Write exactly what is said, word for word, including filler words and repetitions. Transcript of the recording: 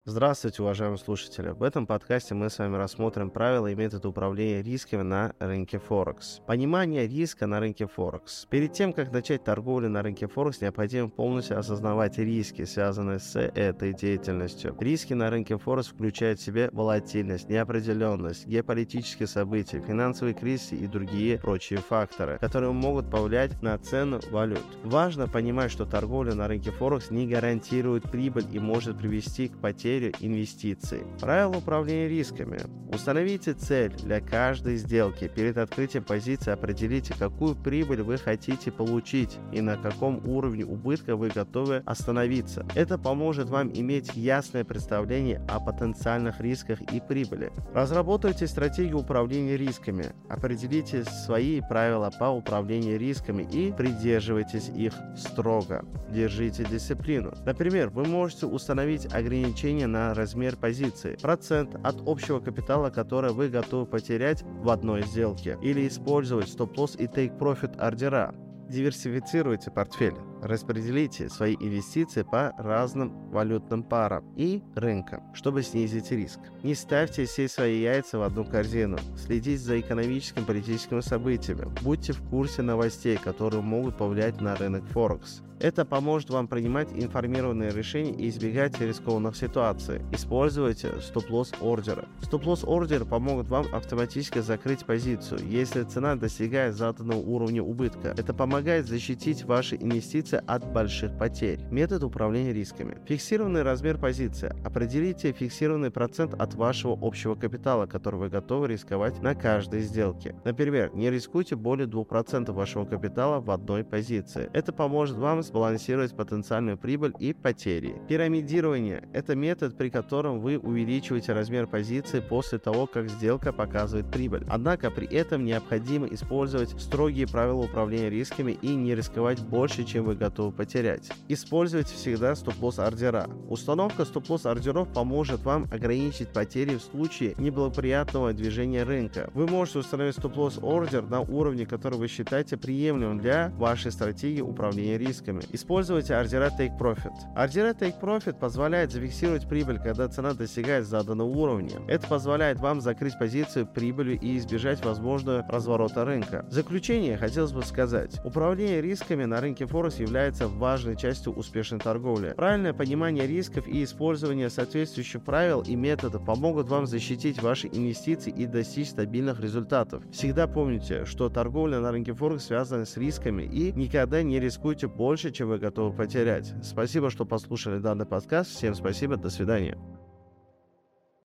Здравствуйте, уважаемые слушатели! В этом подкасте мы с вами рассмотрим правила и методы управления рисками на рынке Форекс. Понимание риска на рынке Форекс. Перед тем, как начать торговлю на рынке Форекс, необходимо полностью осознавать риски, связанные с этой деятельностью. Риски на рынке Форекс включают в себя волатильность, неопределенность, геополитические события, финансовые кризисы и другие прочие факторы, которые могут повлиять на цену валют. Важно понимать, что торговля на рынке Форекс не гарантирует прибыль и может привести к потере инвестиций. Правила управления рисками. Установите цель для каждой сделки. Перед открытием позиции определите, какую прибыль вы хотите получить и на каком уровне убытка вы готовы остановиться. Это поможет вам иметь ясное представление о потенциальных рисках и прибыли. Разработайте стратегию управления рисками. Определите свои правила по управлению рисками и придерживайтесь их строго. Держите дисциплину. Например, вы можете установить ограничения на размер позиции, процент от общего капитала, который вы готовы потерять в одной сделке, или использовать стоп-лосс и take-profit ордера. Диверсифицируйте портфель. Распределите свои инвестиции по разным валютным парам и рынкам, чтобы снизить риск. Не ставьте все свои яйца в одну корзину. Следите за экономическими и политическими событиями. Будьте в курсе новостей, которые могут повлиять на рынок Форекс. Это поможет вам принимать информированные решения и избегать рискованных ситуаций. Используйте стоп-лосс ордеры. Стоп-лосс ордеры помогут вам автоматически закрыть позицию, если цена достигает заданного уровня убытка. Это помогает защитить ваши инвестиции от больших потерь. Метод управления рисками. Фиксированный размер позиции. Определите фиксированный процент от вашего общего капитала, который вы готовы рисковать на каждой сделке. Например, не рискуйте более двух процентов вашего капитала в одной позиции. Это поможет вам сбалансировать потенциальную прибыль и потери. Пирамидирование – это метод, при котором вы увеличиваете размер позиции после того, как сделка показывает прибыль. Однако при этом необходимо использовать строгие правила управления рисками и не рисковать больше, чем вы готовы потерять. Используйте всегда стоп-лосс ордера. Установка стоп-лосс ордеров поможет вам ограничить потери в случае неблагоприятного движения рынка. Вы можете установить стоп-лосс ордер на уровне, который вы считаете приемлемым для вашей стратегии управления рисками. Используйте ордера Take Profit. Ордера Take Profit позволяет зафиксировать прибыль, когда цена достигает заданного уровня. Это позволяет вам закрыть позицию прибылью и избежать возможного разворота рынка. В заключение хотелось бы сказать, управление рисками на рынке Форекс является важной частью успешной торговли. Правильное понимание рисков и использование соответствующих правил и методов помогут вам защитить ваши инвестиции и достичь стабильных результатов. Всегда помните, что торговля на рынке Форекс связана с рисками, и никогда не рискуйте больше, чем вы готовы потерять. Спасибо, что послушали данный подкаст. Всем спасибо, до свидания.